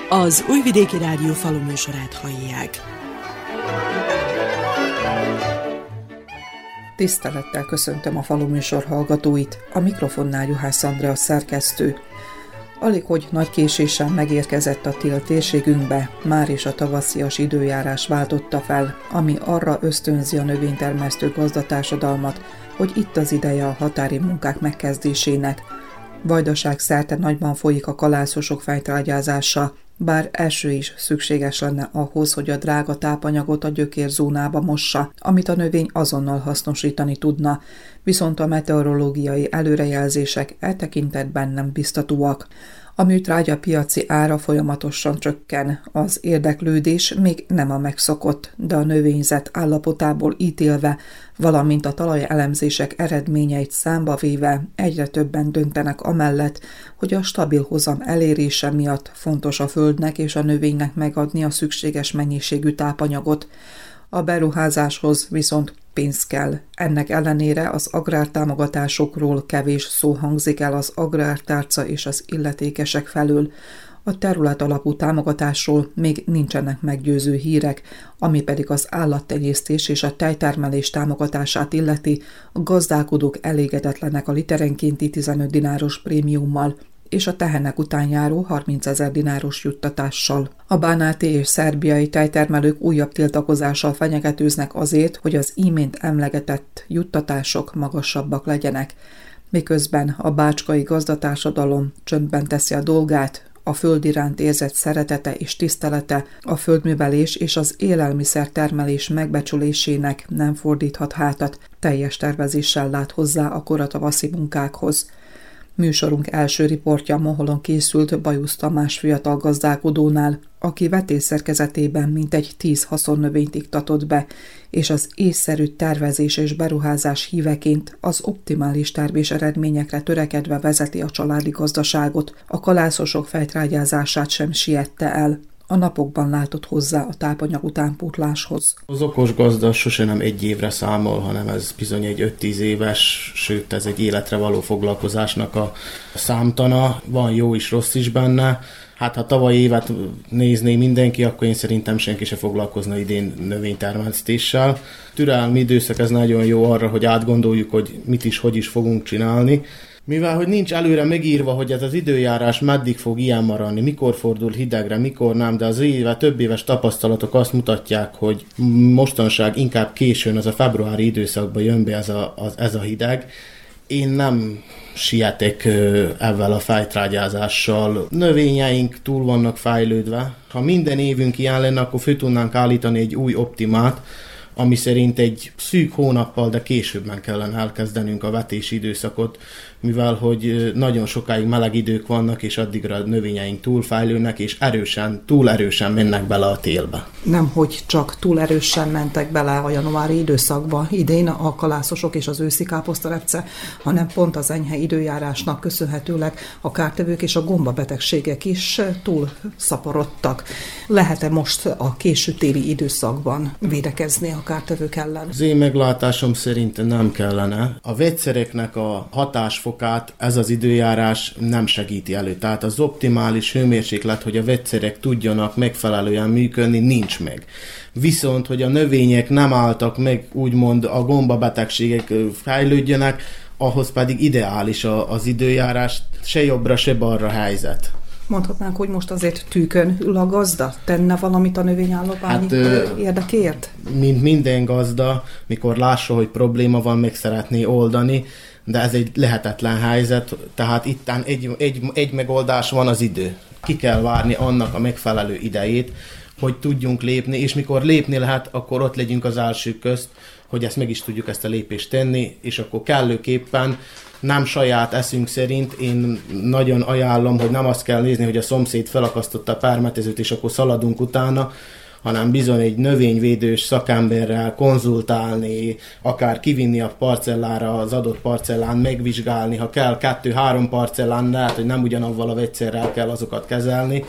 Az Újvidéki Rádió faluműsorát hallják. Tisztelettel köszöntöm a faluműsor hallgatóit, a mikrofonnál Juhász Andrea szerkesztő. Alighogy nagy késéssel megérkezett a tél térségünkbe, már is a tavaszias időjárás váltotta fel, ami arra ösztönzi a növénytermesztő gazdatársadalmat, hogy itt az ideje a határi munkák megkezdésének. Vajdaság szerte nagyban folyik a kalászosok fejtrágyázása, bár első is szükséges lenne ahhoz, hogy a drága tápanyagot a gyökérzónába mossa, amit a növény azonnal hasznosítani tudna, viszont a meteorológiai előrejelzések e tekintetben nem biztatóak. A műtrágya piaci ára folyamatosan csökken, az érdeklődés még nem a megszokott, de a növényzet állapotából ítélve, valamint a talajelemzések eredményeit számba véve egyre többen döntenek amellett, hogy a stabil hozam elérése miatt fontos a földnek és a növénynek megadni a szükséges mennyiségű tápanyagot. A beruházáshoz viszont pénz kell. Ennek ellenére az agrártámogatásokról kevés szó hangzik el az agrártárca és az illetékesek felől. A terület alapú támogatásról még nincsenek meggyőző hírek, ami pedig az állattenyésztés és a tejtermelés támogatását illeti, a gazdálkodók elégedetlenek a literenkénti 15 dináros prémiummal és a tehenek után járó 30 000 dináros juttatással. A bánáti és szerbiai tejtermelők újabb tiltakozással fenyegetőznek azért, hogy az imént emlegetett juttatások magasabbak legyenek, miközben a bácskai gazdatársadalom csöndben teszi a dolgát, a föld iránt érzett szeretete és tisztelete a földművelés és az élelmiszertermelés megbecsülésének nem fordíthat hátat, teljes tervezéssel lát hozzá a koratavaszi munkákhoz. Műsorunk első riportja Moholon készült Bajusz Tamás fiatal gazdálkodónál, aki vetésszerkezetében mintegy 10 haszonnövényt iktatott be, és az észszerű tervezés és beruházás híveként az optimális termés eredményekre törekedve vezeti a családi gazdaságot, a kalászosok fejtrágyázását sem siette el. A napokban látott hozzá a tápanyag utánpótláshoz. Az okos gazda sose nem egy évre számol, hanem ez bizony egy 5-10 éves, sőt ez egy életre való foglalkozásnak a számtana. Van jó is, rossz is benne. Hát ha tavaly évet nézné mindenki, akkor én szerintem senki se foglalkozna idén növénytermesztéssel. Türelmi időszak ez nagyon jó arra, hogy átgondoljuk, hogy mit is, hogy is fogunk csinálni. Mivel, hogy nincs előre megírva, hogy ez az időjárás meddig fog ilyen maradni, mikor fordul hidegre, mikor nem, de az több éves tapasztalatok azt mutatják, hogy mostanság inkább későn, az a februári időszakban jön be ez a hideg. Én nem sietek ezzel a fejtrágyázással. Növényeink túl vannak fejlődve. Ha minden évünk ilyen lenne, akkor föl tudnánk állítani egy új optimát, ami szerint egy szűk hónappal, de későbben kellene elkezdenünk a vetési időszakot, mivel hogy nagyon sokáig meleg idők vannak, és addigra a növényeink túlfejlődnek, és túl erősen mennek bele a télbe. Nemhogy csak túl erősen mentek bele a januári időszakba idén a kalászosok és az őszi káposztarepce, hanem pont az enyhe időjárásnak köszönhetőleg a kártevők és a gombabetegségek is túl szaporodtak. Lehet-e most a késő téli időszakban védekezni a kártevők ellen? Az én meglátásom szerint nem kellene. A vegyszereknek a hatásfokát ez az időjárás nem segíti elő. Tehát az optimális hőmérséklet, hogy a vegyszerek tudjanak megfelelően működni, nincs meg. Viszont, hogy a növények nem álltak meg, úgymond a gombabetegségek fejlődjenek, ahhoz pedig ideális az időjárás, se jobbra, se balra helyzet. Mondhatnánk, hogy most azért tűkön ül a gazda? Tenne valamit a növényállomány érdekért? Mint minden gazda, mikor lássa, hogy probléma van, meg szeretné oldani, de ez egy lehetetlen helyzet, tehát ittán egy megoldás van, az idő. Ki kell várni annak a megfelelő idejét, hogy tudjunk lépni, és mikor lépni lehet, akkor ott legyünk az elsők közt, hogy ezt meg is tudjuk ezt a lépést tenni, és akkor kellőképpen nem saját eszünk szerint, én nagyon ajánlom, hogy nem azt kell nézni, hogy a szomszéd felakasztotta a permetezőt, és akkor szaladunk utána, hanem bizony egy növényvédős szakemberrel konzultálni, akár kivinni a parcellára, az adott parcellán megvizsgálni, ha kell 2-3 parcellán, lehet, hogy nem ugyanavval a vegyszerrel kell azokat kezelni,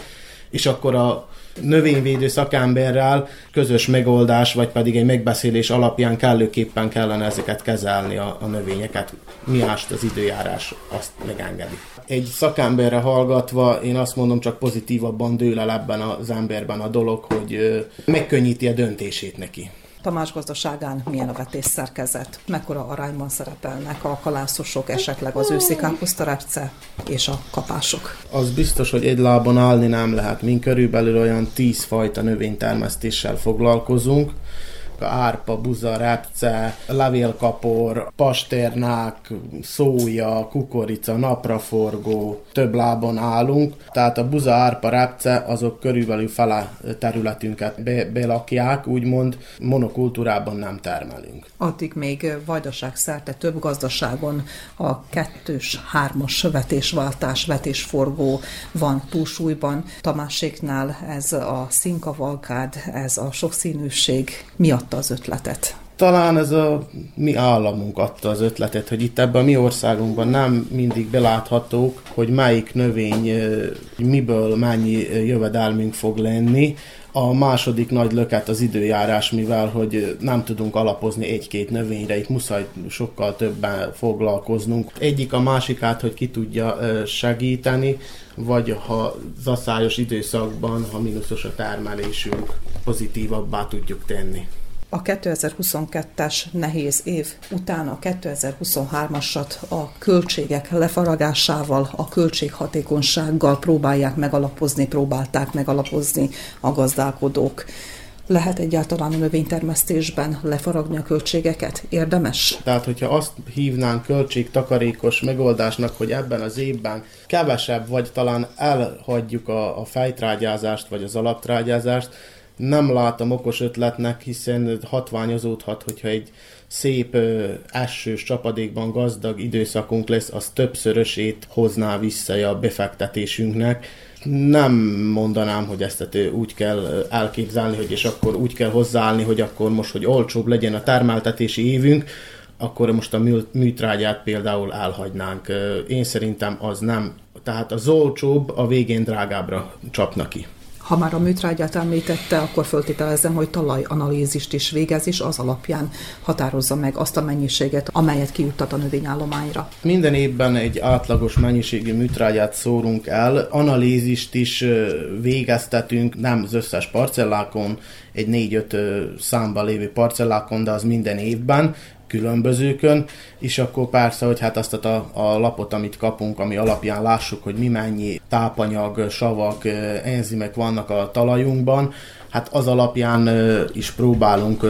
és akkor a növényvédő szakemberrel közös megoldás, vagy pedig egy megbeszélés alapján kellőképpen kellene ezeket kezelni a növényeket. Miást az időjárás azt megengedi. Egy szakemberre hallgatva én azt mondom, csak pozitívabban dől el ebben az emberben a dolog, hogy megkönnyíti a döntését neki. Tamás gazdaságán milyen a vetésszerkezet? Mekkora arányban szerepelnek a kalászosok, esetleg az őszi káposztarepce és a kapások? Az biztos, hogy egy lábon állni nem lehet. Mi körülbelül olyan 10 fajta növénytermesztéssel foglalkozunk. Árpa, buza, repce, levélkapor, pasternák, szója, kukorica, napraforgó, több lábon állunk. Tehát a buza, árpa, repce azok körülbelül fele területünket belakják, úgymond monokultúrában nem termelünk. Addig még Vajdaság szerte több gazdaságon a 2-es, 3-as vetésváltás, vetésforgó van túlsúlyban. Tamáséknál ez a színkavalkád, ez a sokszínűség miatt az ötletet? Talán ez a mi államunk adta az ötletet, hogy itt ebben a mi országunkban nem mindig beláthatók, hogy melyik növény miből mennyi jövedelmünk fog lenni. A második nagy löket az időjárás, mivel hogy nem tudunk alapozni egy-két növényre, itt muszáj sokkal többen foglalkoznunk. Egyik a másikát, hogy ki tudja segíteni, vagy ha zaszályos időszakban, ha mínuszos a termelésünk, pozitívabbá tudjuk tenni. A 2022-es nehéz év után a 2023-asat a költségek lefaragásával, a költséghatékonysággal próbálták megalapozni a gazdálkodók. Lehet egyáltalán a növénytermesztésben lefaragni a költségeket? Érdemes? Tehát, hogyha azt hívnánk költségtakarékos megoldásnak, hogy ebben az évben kevesebb, vagy talán elhagyjuk a fejtrágyázást, vagy az alaptrágyázást, nem látom okos ötletnek, hiszen hatványozódhat, hogyha egy szép esős csapadékban gazdag időszakunk lesz, az többszörösét hozná vissza a befektetésünknek. Nem mondanám, hogy ezt úgy kell elképzelni, hogy és akkor úgy kell hozzáállni, hogy akkor most, hogy olcsóbb legyen a termeltetési évünk, akkor most a műtrágyát például elhagynánk. Én szerintem az nem. Tehát az olcsóbb a végén drágábbra csapna ki. Ha már a műtrágyát említette, akkor föltételezem, hogy talajanalízist is végez, és az alapján határozza meg azt a mennyiséget, amelyet kijuttat a növényállományra. Minden évben egy átlagos mennyiségű műtrágyát szórunk el, analízist is végeztetünk, nem az összes parcellákon, egy 4-5 számban lévő parcellákon, de az minden évben, különbözőkön, és akkor persze, hogy hát azt a lapot, amit kapunk, ami alapján lássuk, hogy mi mennyi tápanyag, savak, enzimek vannak a talajunkban, hát az alapján is próbálunk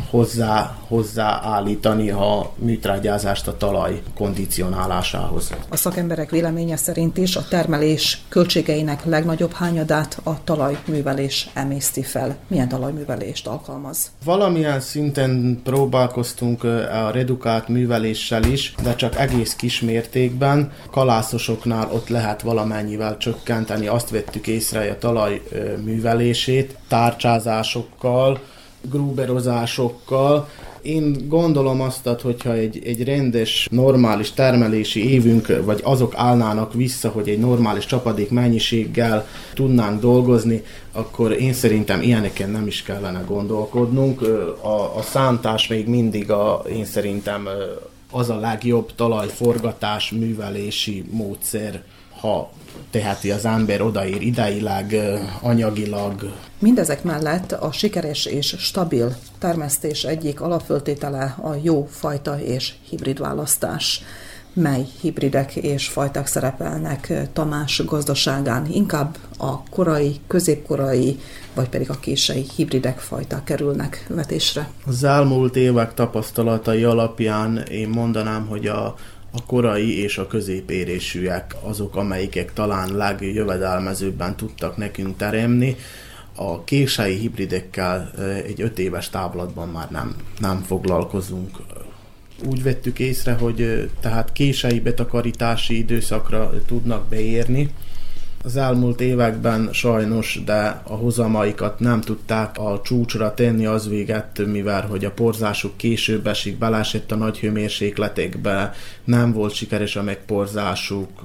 hozzáállítani a műtrágyázást a talaj kondicionálásához. A szakemberek véleménye szerint is a termelés költségeinek legnagyobb hányadát a talajművelés emészti fel. Milyen talajművelést alkalmaz? Valamilyen szinten próbálkoztunk a redukált műveléssel is, de csak egész kis mértékben. Kalászosoknál ott lehet valamennyivel csökkenteni, azt vettük észre a talaj művelését, tárcsázásokkal, grúberozásokkal. Én gondolom azt, hogyha egy rendes, normális termelési évünk, vagy azok állnának vissza, hogy egy normális csapadék mennyiséggel tudnánk dolgozni, akkor én szerintem ilyeneken nem is kellene gondolkodnunk. A szántás még mindig én szerintem az a legjobb talajforgatás, művelési módszer, ha teheti az ember, odaér ideileg, anyagilag. Mindezek mellett a sikeres és stabil termesztés egyik alapföltétele a jó fajta és hibrid választás. Mely hibridek és fajták szerepelnek Tamás gazdaságán? Inkább a korai, középkorai, vagy pedig a késői hibridek fajták kerülnek vetésre? Az elmúlt évek tapasztalatai alapján én mondanám, hogy a korai és a középérésűek azok, amelyikek talán legjövedelmezőbben tudtak nekünk teremni. A késői hibridekkel egy 5 éves távlatban már nem foglalkozunk. Úgy vettük észre, hogy tehát késői betakarítási időszakra tudnak beérni. Az elmúlt években sajnos, de a hozamaikat nem tudták a csúcsra tenni, az véget, mivel hogy a porzásuk később esik, beleesett a nagy hőmérsékletekbe, nem volt sikeres a megporzásuk,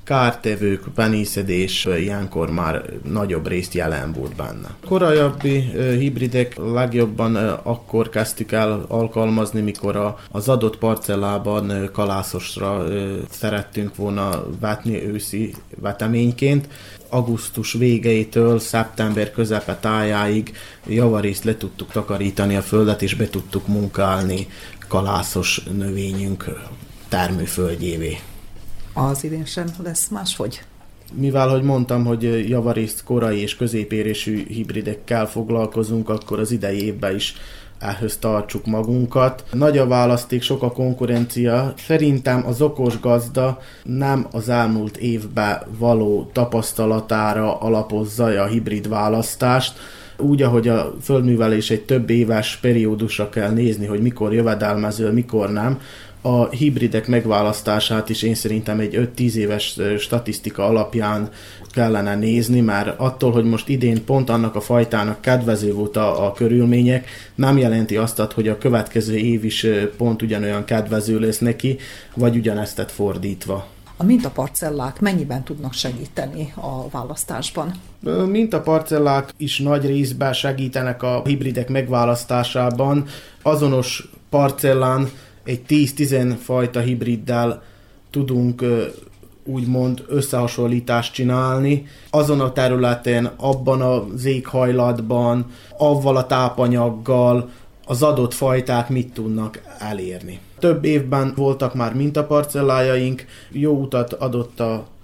kártevők, penészedés ilyenkor már nagyobb részt jelen volt benne. Korábbi hibridek legjobban akkor kezdtük el alkalmazni, mikor az adott parcellában kalászosra szerettünk volna vetni őszi veteményként. Augusztus végétől szeptember közepe tájáig javarészt le tudtuk takarítani a földet, és be tudtuk munkálni kalászos növényünk termőföldjévé. Az idén sem lesz máshogy? Mivel, hogy mondtam, hogy javarészt korai és középérésű hibridekkel foglalkozunk, akkor az idei évben is ehhez tartsuk magunkat. Nagy a választék, sok a konkurencia. Szerintem az okos gazda nem az elmúlt évben való tapasztalatára alapozza a hibrid választást, úgy, ahogy a földművelés egy több éves periódusra kell nézni, hogy mikor jövedelmező, mikor nem. A hibridek megválasztását is én szerintem egy 5-10 éves statisztika alapján kellene nézni, mert attól, hogy most idén pont annak a fajtának kedvező volt a körülmények, nem jelenti azt, hogy a következő év is pont ugyanolyan kedvező lesz neki, vagy ugyanezt tett fordítva. A mintaparcellák mennyiben tudnak segíteni a választásban? Mintaparcellák is nagy részben segítenek a hibridek megválasztásában. Azonos parcellán egy 10-10 fajta hibriddel tudunk úgymond összehasonlítást csinálni. Azon a területen, abban az éghajlatban, avval a tápanyaggal az adott fajták mit tudnak elérni. Több évben voltak már mintaparcellájaink, jó utat adott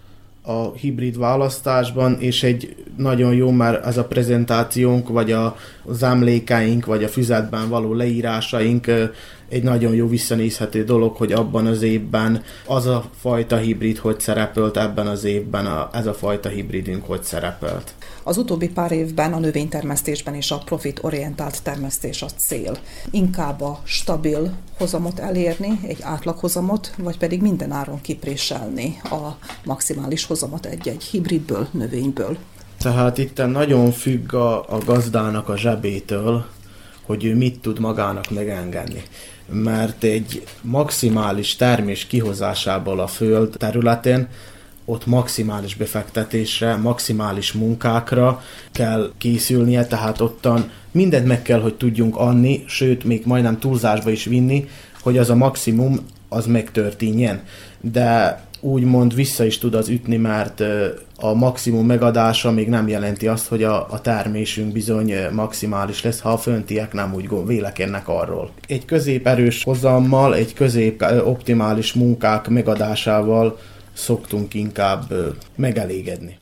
a hibrid választásban, és egy nagyon jó már ez a prezentációnk, vagy az emlékeink, vagy a füzetben való leírásaink egy nagyon jó visszanézhető dolog, hogy abban az évben az a fajta hibrid hogy szerepelt, ebben az évben ez a fajta hibridünk hogy szerepelt. Az utóbbi pár évben a növénytermesztésben is a profitorientált termesztés a cél. Inkább a stabil hozamot elérni, egy átlaghozamot, vagy pedig minden áron kipréselni a maximális hozamot egy-egy hibridből, növényből. Tehát itt nagyon függ a gazdának a zsebétől, hogy ő mit tud magának megengedni. Mert egy maximális termés kihozásából a föld területén ott maximális befektetésre, maximális munkákra kell készülnie, tehát ottan mindent meg kell, hogy tudjunk adni, sőt, még majdnem túlzásba is vinni, hogy az a maximum az megtörténjen. De úgymond vissza is tud az ütni, mert a maximum megadása még nem jelenti azt, hogy a termésünk bizony maximális lesz, ha a föntiek nem úgy vélekednek arról. Egy középerős hozammal, egy közép optimális munkák megadásával szoktunk inkább megelégedni.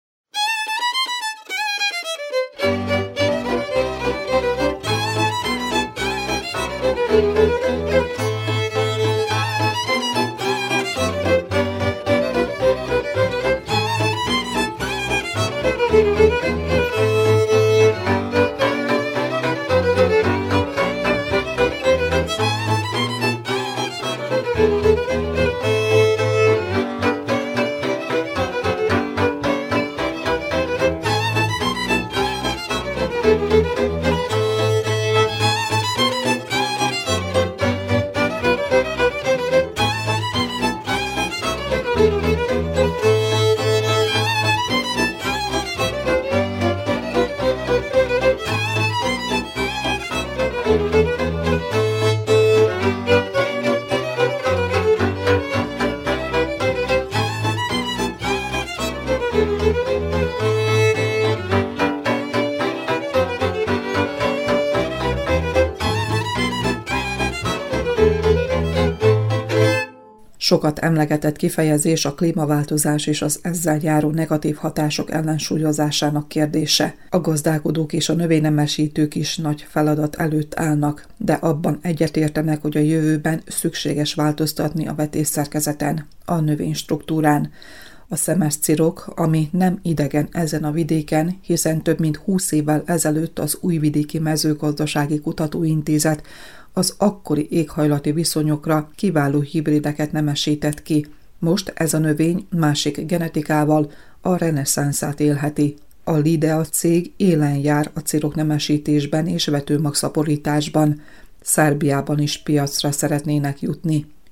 Sokat emlegetett kifejezés a klímaváltozás és az ezzel járó negatív hatások ellensúlyozásának kérdése. A gazdálkodók és a növénynemesítők is nagy feladat előtt állnak, de abban egyetértenek, hogy a jövőben szükséges változtatni a vetésszerkezeten, a növénystruktúrán. A szemeszcirok, ami nem idegen ezen a vidéken, hiszen több mint 20 évvel ezelőtt az Újvidéki Mezőgazdasági Kutatóintézet az akkori éghajlati viszonyokra kiváló hibrideket nemesített ki. Most ez a növény másik genetikával a reneszánszát élheti. A Lidea cég élen jár a cirok nemesítésben és vetőmagszaporításban. Szerbiában is piacra szeretnének jutni.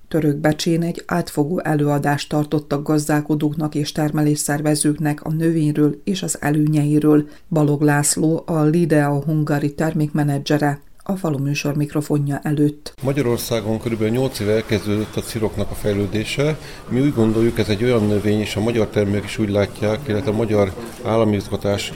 Törökbecsén egy átfogó előadást tartottak gazdálkodóknak és termelésszervezőknek a növényről és az előnyeiről. Balog László, a Lidea Hungary termékmenedzsere, a faluműsor mikrofonja előtt. Magyarországon kb. 8 éve elkezdődött a ciroknak a fejlődése. Mi úgy gondoljuk, ez egy olyan növény, és a magyar termelők is úgy látják, illetve a magyar állami igazgatás,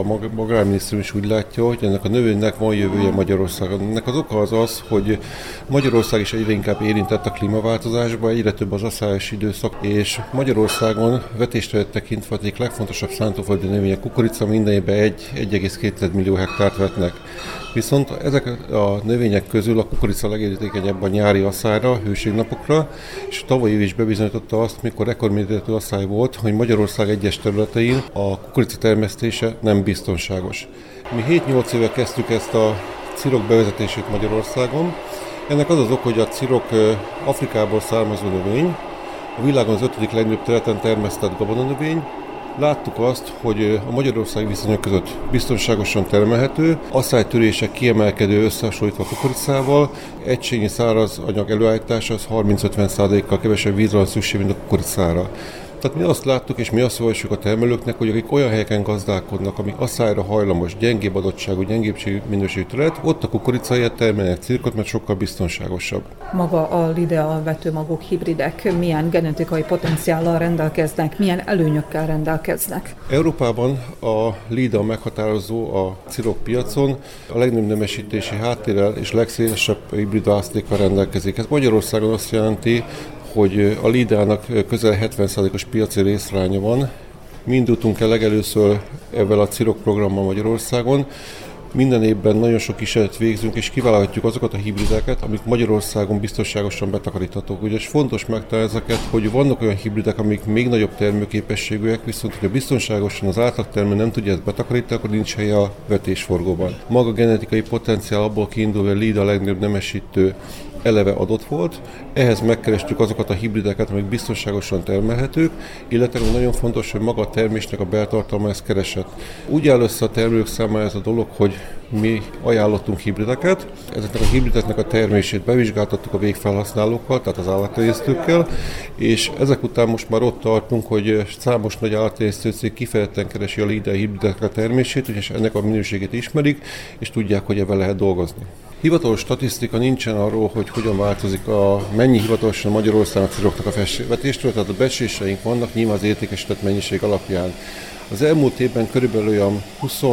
a agrárminisztérium is úgy látja, hogy ennek a növénynek van jövője Magyarországon. Ennek az oka az, hogy Magyarország is egyre inkább érintett a klímaváltozásba, egyre több az aszályos időszak, és Magyarországon vetésre tekintve egyik legfontosabb szántóföldi növények kukorica minden évben 1,2 millió hektárt vetnek. Viszont ezek a növények közül a kukorica legérzékenyebb a nyári asszályra, hőségnapokra, és tavaly év is bebizonyította azt, mikor rekordméretű asszály volt, hogy Magyarország egyes területein a kukorica termesztése nem biztonságos. Mi 7-8 éve kezdtük ezt a cirok bevezetését Magyarországon. Ennek az az ok, hogy a cirok Afrikából származó növény, a világon az 5. legnagyobb területen termesztett gabonanövény. Láttuk azt, hogy a magyarországi viszonyok között biztonságosan termelhető, asszálytörések kiemelkedő összehasonlítva a kukoricával, egységnyi száraz anyag előállítása az 30-50%-kal kevesebb vízre van szükség, mint a kukoricára. Tehát mi azt láttuk, és mi azt javasoljuk a termelőknek, hogy akik olyan helyeken gazdálkodnak, ami asszályra hajlamos, gyengébb adottságú, gyengébb minőségű terület, ott a kukoricáját termelnek cirkot, mert sokkal biztonságosabb. Maga a Lidea vetőmagok hibridek milyen genetikai potenciállal rendelkeznek, milyen előnyökkel rendelkeznek? Európában a Lidea meghatározó a cirok piacon, a legnagyobb nemesítési háttérrel és legszélesebb hibrid választékkal rendelkezik. Ez Magyarországon azt jelenti, hogy a Lideának közel 70%-os piaci részaránya van. Mi indultunk el legelőször ezzel a cirok programmal Magyarországon. Minden évben nagyon sok kísérletet végzünk, és kiválasztjuk azokat a hibrideket, amik Magyarországon biztonságosan betakaríthatók. Ugye fontos megtalálni ezeket, hogy vannak olyan hibridek, amik még nagyobb termőképességűek, viszont hogyha biztonságosan az átlagtermő nem tudja ezt betakarítani, akkor nincs helye a vetésforgóban. Maga a genetikai potenciál abból kiindul, hogy a Lidea a legnagyobb nemesítő eleve adott volt, ehhez megkerestük azokat a hibrideket, amik biztonságosan termelhetők, illetve nagyon fontos, hogy maga a termésnek a beltartalma ezt keresett. Úgy áll össze a termelők számára ez a dolog, hogy mi ajánlottunk hibrideket, ezeknek a hibrideknek a termését bevizsgáltattuk a végfelhasználókkal, tehát az állattenyésztőkkel, és ezek után most már ott tartunk, hogy számos nagy állattenyésztő cég kifejezetten keresi a Lidea hibrideknek a termését, és ennek a minőségét ismerik, és tudják, hogy ebben lehet dolgozni. Hivatalos statisztika nincsen arról, hogy hogyan változik mennyi hivatalosan Magyarországon a ciroknak a vetéstől, tehát a becsléseink vannak nyilván az értékesített mennyiség alapján. Az elmúlt évben körülbelül olyan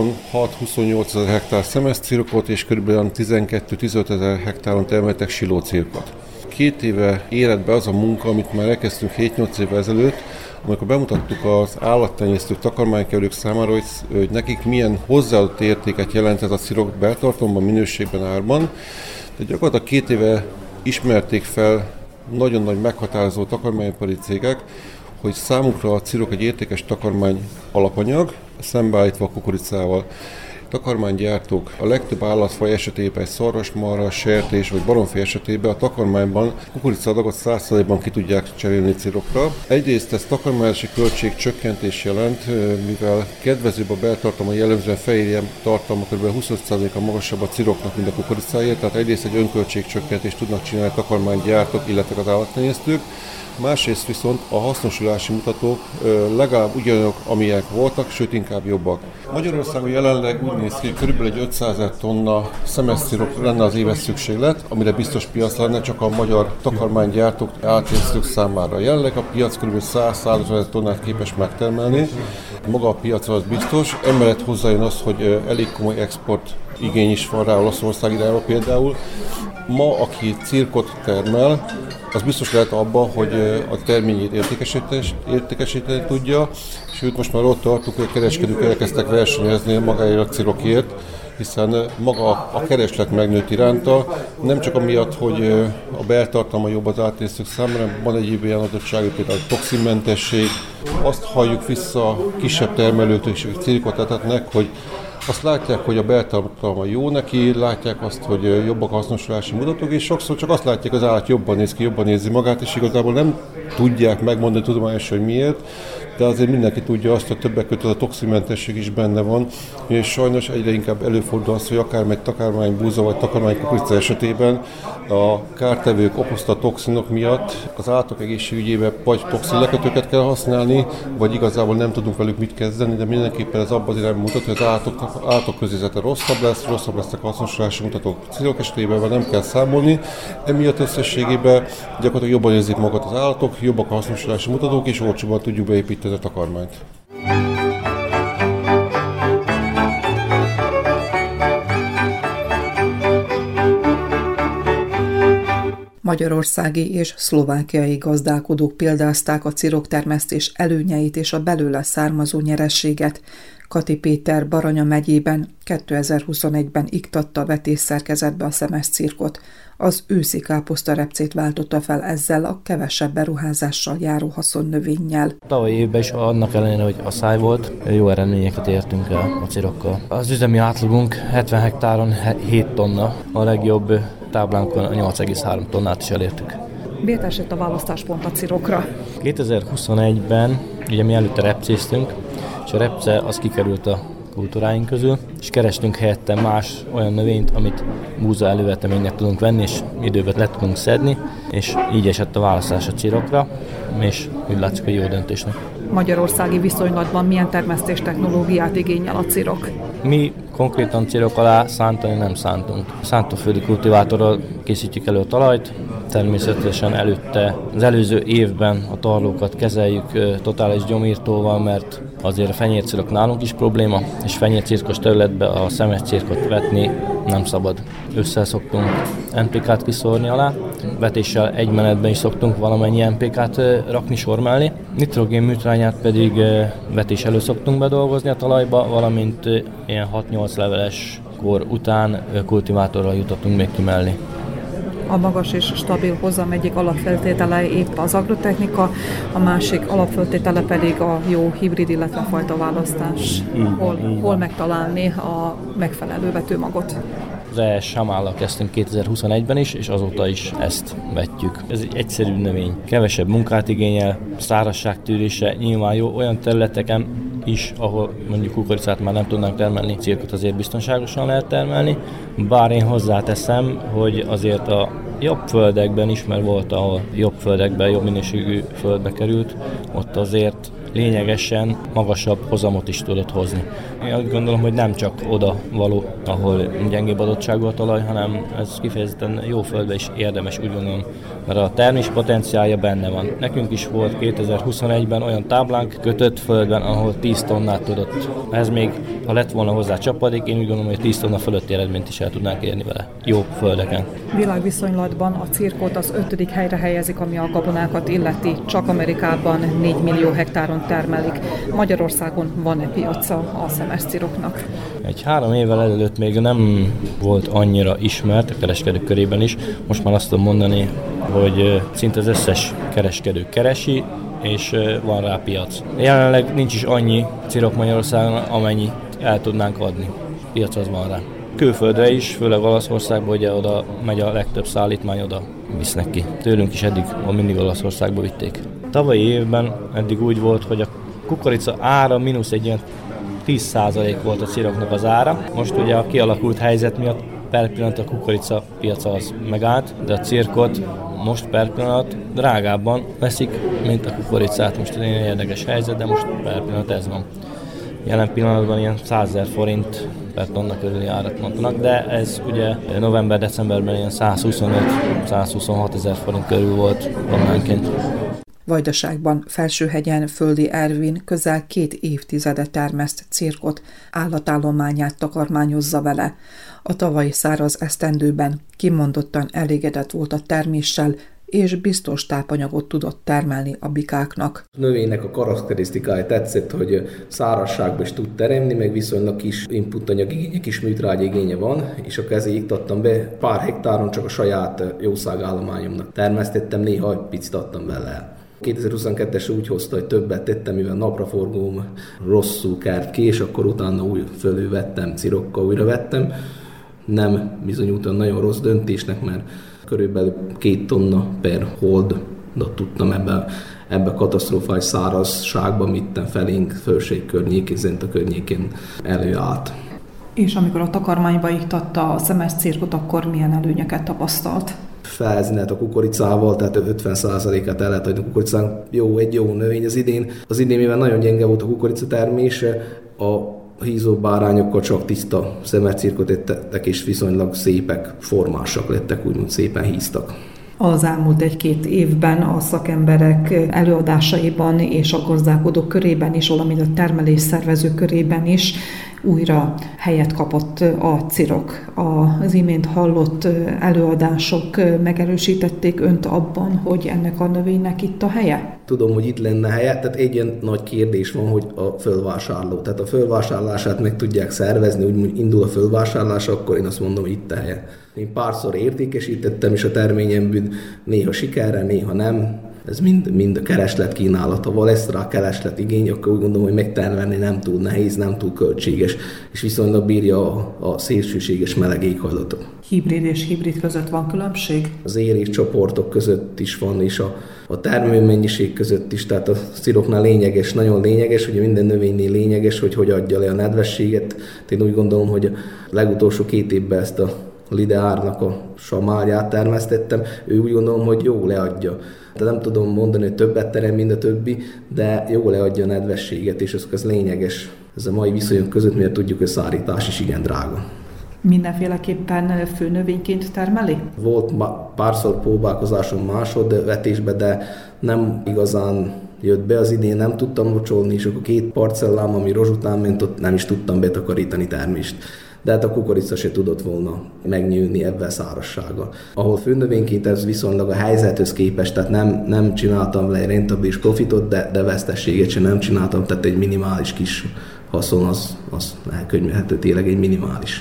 26-28 ezer hektár szemesz cirkot és körülbelül 12-15 ezer hektáron termeltek siló cirkot. 2 éve érett be az a munka, amit már elkezdtünk 7-8 évvel ezelőtt, amikor bemutattuk az állattenyésztők, takarmánykeverők számára, hogy nekik milyen hozzáadott értéket jelent ez a cirok beltartalomban, minőségben, árban. Tehát gyakorlatilag 2 éve ismerték fel nagyon nagy meghatározó takarmányipari cégek, hogy számukra a cirok egy értékes takarmány alapanyag, szembeállítva a kukoricával. Takarmánygyártók a legtöbb állatfaj esetében, egy szarvasmarha, sertés vagy baromfi esetében a takarmányban kukoricaadagot 100%-ban ki tudják cserélni cirokra. Egyrészt ez takarmányozási költség csökkentés jelent, mivel kedvezőbb a beltartalma, jellemzően fehérje tartalma kb. 25%-a magasabb a ciroknak, mint a kukoricáért, tehát egyrészt egy önköltségcsökkentést tudnak csinálni takarmánygyártók, illetve az állattenyésztők. Másrészt viszont a hasznosulási mutatók legalább ugyanolyanok, amilyenek voltak, sőt inkább jobbak. Magyarországon jelenleg úgy néz ki, hogy kb. Egy 500 000 tonna szemeszcirok lenne az éves szükséglet, amire biztos piac lenne csak a magyar takarmánygyártók, állattenyésztők számára. Jelenleg a piac kb. 100-150 000 tonnát képes megtermelni, maga a piacra az biztos, emellett hozzájön az, hogy elég komoly export igény is van rá Olaszország irányába például. Ma, aki cirkot termel, az biztos lehet abban, hogy a terményét értékesíteni tudja, sőt most már ott tartunk, hogy a kereskedők elkezdtek versenyezni magáért a cirokért, hiszen maga a kereslet megnőtt iránta, nem csak amiatt, hogy a beltartalma jobb az állattenyésztők számára, van egyéb ilyen adottságú, például a toxinmentesség. Azt halljuk vissza kisebb termelőktől is, akik cirkot etetnek, hogy azt látják, hogy a beltartalma jó neki, látják azt, hogy jobbak a hasznosulási mutatók, és sokszor csak azt látják, az állat jobban néz ki, jobban érzi magát, és igazából nem tudják megmondani tudományosan, hogy miért. de azért mindenki tudja azt, hogy többek között a toxinmentesség is benne van, és sajnos egyre inkább előfordul az, hogy akár egy takarmánybúza vagy takarmánykukorica esetében a kártevők okozta toxinok miatt az állatok egészségügyében vagy toxinlekötőket kell használni, vagy igazából nem tudunk velük mit kezdeni, de mindenképpen ez abban az irányban mutat, hogy az állatok közérzete rosszabb lesznek a hasznosulási mutatók. Cirok esetében nem kell számolni, emiatt összességében gyakorlatilag jobban érzik magukat az állatok, jobbak a hasznosulási mutatók, és olcsóban tudjuk beépíteni a takarmányt. Magyarországi és szlovákiai gazdálkodók példázták a ciroktermesztés előnyeit és a belőle származó nyerességet. Kati Péter Baranya megyében 2021-ben iktatta a vetészszerkezetbe a szemes cirkot. Az őszi káposztarepcét váltotta fel ezzel a kevesebb beruházással járó haszonnövénnyel. Tavalyi évben is annak ellenére, hogy asszály volt, jó eredményeket értünk el a cirokkal. Az üzemi átlagunk 70 hektáron 7 tonna, a legjobb táblánkon a 8,3 tonnát is elértük. Miért esett a választáspont a cirokra? 2021-ben ugye mi előtte repcéztünk, és a repce az kikerült a kultúráink közül, és kerestünk helyette más olyan növényt, amit búza előveteménynek tudunk venni, és időben le tudunk szedni, és így esett a választás a cirokra, és úgy látszik, hogy jó döntésnek. Magyarországi viszonylatban milyen termesztés technológiát igényel a cirok? Mi konkrétan cirok alá szántani nem szántunk. Szántóföldi kultivátorral készítjük elő a talajt, természetesen előtte az előző évben a tarlókat kezeljük totális gyomírtóval, mert azért a fenyércirok nálunk is probléma, és fenyércirkos területbe a szemes cirkot vetni nem szabad. Ősszel szoktunk NPK-t kiszórni alá, vetéssel egy menetben is szoktunk valamennyi NPK-t rakni sor mellé. Nitrogén műtrányát pedig vetés elő szoktunk bedolgozni a talajba, valamint ilyen 6-8 leveles kor után kultivátorral jutatunk még ki mellé. A magas és stabil hozam egyik alapfeltétele épp az agrotechnika, a másik alapfeltétele pedig a jó hibrid, illetve fajta választás. Hol megtalálni a megfelelő vetőmagot? Az ES Samállal kezdtünk 2021-ben is, és azóta is ezt vetjük. Ez egy egyszerű növény. Kevesebb munkát igényel, szárazságtűrése nyilván jó olyan területeken is, ahol mondjuk kukoricát már nem tudnánk termelni, cirkot azért biztonságosan lehet termelni. Bár én hozzáteszem, hogy azért a jobb földekben is, mert volt, ahol jobb földekben, jobb minőségű földbe került, ott azért lényegesen magasabb hozamot is tudott hozni. Én azt gondolom, hogy nem csak oda való, ahol gyengébb adottságú a talaj, hanem ez kifejezetten jó földbe is érdemes, úgy gondolom, mert a termés potenciálja benne van. Nekünk is volt 2021-ben olyan táblánk kötött földben, ahol 10 tonnát tudott. Ez még, ha lett volna hozzá csapadék, én úgy gondolom, hogy 10 tonna fölötti eredményt is el tudnánk érni vele. Jó földeken. Világviszonylatban a cirkot az 5. helyre helyezik, ami a gabonákat illeti. Csak Amerikában 4 millió hektáron termelik. Magyarországon van-e piaca a szemes ciroknak? Egy 3 évvel ezelőtt még nem volt annyira ismert a kereskedők körében is. Most már azt tudom mondani, hogy szinte az összes kereskedő keresi, és van rá piac. Jelenleg nincs is annyi cirok Magyarországon, amennyi el tudnánk adni. Piac az van rá. Külföldre is, főleg Olaszországba, ugye oda megy a legtöbb szállítmány, oda visznek ki. Tőlünk is eddig mindig Olaszországba vitték. Tavalyi évben eddig úgy volt, hogy a kukorica ára mínusz egy ilyen 10% volt a ciroknak az ára. Most ugye a kialakult helyzet miatt per pillanat a kukorica piaca az megállt, de a cirkot most per pillanat drágábban veszik, mint a kukoricát. Most egy érdekes helyzet, de most per pillanat ez van. Jelen pillanatban ilyen 100 000 forint per tonna körüli árat mondanak, de ez ugye november-decemberben ilyen 125-126 000 forint körül volt tonnánként. Vajdaságban, Felsőhegyen Földi Ervin közel 2 évtizede termeszt cirkot, állatállományát takarmányozza vele. A tavalyi száraz esztendőben kimondottan elégedett volt a terméssel, és biztos tápanyagot tudott termelni a bikáknak. A növénynek a karakterisztikája tetszett, hogy szárazságban is tud teremni, meg viszonylag kis inputanyag igénye, kis műtrágya igénye van, és akkor ezért iktattam be pár hektáron csak a saját jószágállományomnak termesztettem, néha egy picit adtam bele. 2022-es úgy hozta, hogy többet tettem, mivel napraforgóm rosszul kert ki, és akkor utána új fölülvettem, cirokkal újra vettem. Nem bizonyultan nagyon rossz döntésnek, mert körülbelül 2 tonna per holdot tudtam ebben ebbe a katasztrofális szárazságban mitten felénk, Földség környékén, Zenta környékén előállt. És amikor a takarmányba iktatta a szemeszcirkot, akkor milyen előnyöket tapasztalt? Felzinelt a kukoricával, tehát 50%-át el lehet adni a kukoricának. Egy jó növény az idén. Az idén, mivel nagyon gyenge volt a kukoricatermése, a hízó bárányokkal csak tiszta szemeszcirkot ettek, és viszonylag szépek, formásak lettek, úgymond szépen híztak. Az elmúlt 1-2 évben a szakemberek előadásaiban és a gazdálkodók körében is, valamint a termelésszervezők körében is újra helyet kapott a cirok. Az imént hallott előadások megerősítették önt abban, hogy ennek a növénynek itt a helye? Tudom, hogy itt lenne helye, tehát egy ilyen nagy kérdés van, hogy a fölvásárló. Tehát a fölvásárlását meg tudják szervezni, úgy indul a fölvásárlás, akkor én azt mondom, hogy itt a helye. Én párszor értékesítettem is a terményemből, néha sikerrel, néha nem. Ez mind a kereslet kínálata. Ha lesz rá kereslet igény, akkor úgy gondolom, hogy megtermelni nem túl nehéz, nem túl költséges, és viszonylag bírja a szélsőséges meleg éghajlatot. Hibrid és hibrid között van különbség? Az éréscsoportok között is van, és a termőmennyiség között is, tehát a ciroknál lényeges, nagyon lényeges, ugye minden növénynél lényeges, hogy adja le a nedvességet. Én úgy gondolom, hogy a legutolsó 2 évben ezt a Lideárnak a samálját termesztettem, ő úgy gondolom, hogy jó leadja. De nem tudom mondani, hogy többet terem, mint a többi, de jó leadja a nedvességet, és ez lényeges. Ez a mai viszonyok között, mert tudjuk, hogy a szárítás is igen drága. Mindenféleképpen főnövényként termeli? Volt párszor próbálkozásom másodvetésbe, de nem igazán jött be az idén, nem tudtam locsolni, és akkor 2 parcellám, ami rozsután ment, ott nem is tudtam betakarítani termést. De hát a kukorica se tudott volna megnyílni ebben szárazsággal. Ahol főnövényként ez viszonylag a helyzethez képest, tehát nem csináltam le rentabilis profitot, de vesztességet sem nem csináltam, tehát egy minimális kis haszon az elkönyvelhető, tényleg egy minimális.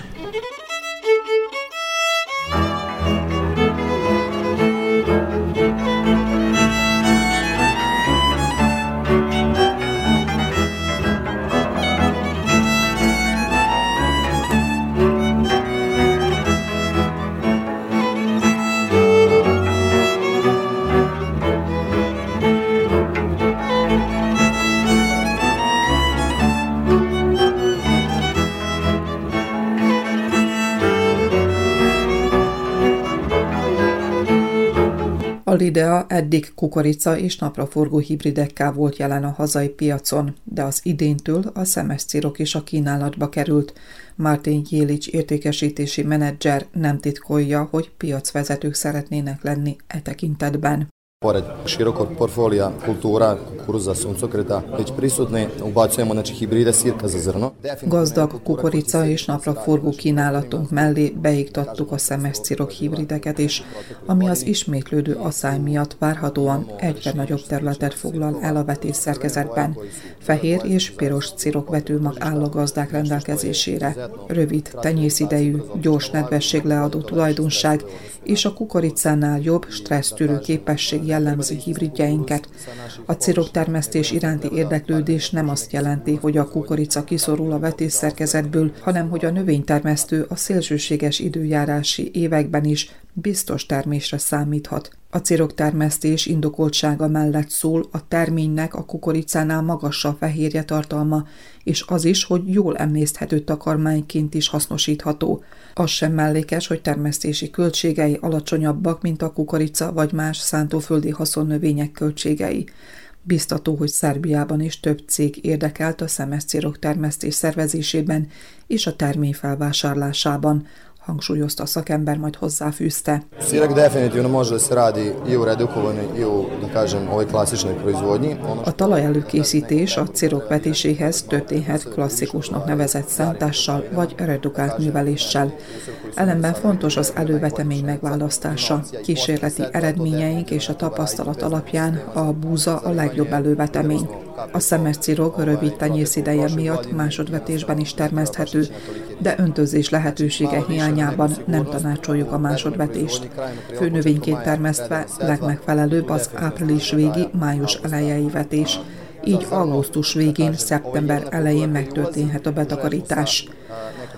A Lidea eddig kukorica és napraforgó hibridekkel volt jelen a hazai piacon, de az idéntől a szemeszcirok is a kínálatba került. Martin Jélics értékesítési menedzser nem titkolja, hogy piacvezetők szeretnének lenni e tekintetben. Pored širokog portfolija kultura, kukuruza, suncokreta, već prisutni, ubacujemo hibride sirka za zrno. Gazdag kukorica és napraforgó kínálatunk mellé beiktattuk a szemeszcirok hibrideket is, ami az ismétlődő asszály miatt várhatóan egyre nagyobb területet foglal el a vetésszerkezetben. Fehér és piros cirokvetőmag áll a gazdák rendelkezésére. Rövid tenyészidejű, gyors nedvességleadó tulajdonság és a kukoricánál jobb stressztűrő képesség jellemzi hibridjeinket. A ciroktermesztés iránti érdeklődés nem azt jelenti, hogy a kukorica kiszorul a vetésszerkezetből, hanem hogy a növénytermesztő a szélsőséges időjárási években is biztos termésre számíthat. A ciroktermesztés indokoltsága mellett szól a terménynek a kukoricánál magasabb fehérje tartalma, és az is, hogy jól emészthető takarmányként is hasznosítható. Az sem mellékes, hogy termesztési költségei alacsonyabbak, mint a kukorica vagy más szántóföldi haszonnövények költségei. Biztató, hogy Szerbiában is több cég érdekelt a szemeszcirok termesztés szervezésében és a termény felvásárlásában, hangsúlyozta a szakember, majd hozzáfűzte. Sirek definitívan može da se radi i u redukovanoj i u, da kažem, ovoj klasičnoj proizvodnji. A talaj előkészítés a cirok vetéséhez történhet klasszikusnak nevezett szántással vagy redukált műveléssel. Ellenben fontos az elővetemény megválasztása. Kísérleti eredményeink és a tapasztalat alapján a búza a legjobb elővetemény. A szemeszcirok rövid tenyészideje miatt másodvetésben is termeszthető, de öntözés lehetősége hiányában nem tanácsoljuk a másodvetést. Főnövényként termesztve legmegfelelőbb az április végi, május elejei vetés. Így augusztus végén, szeptember elején megtörténhet a betakarítás.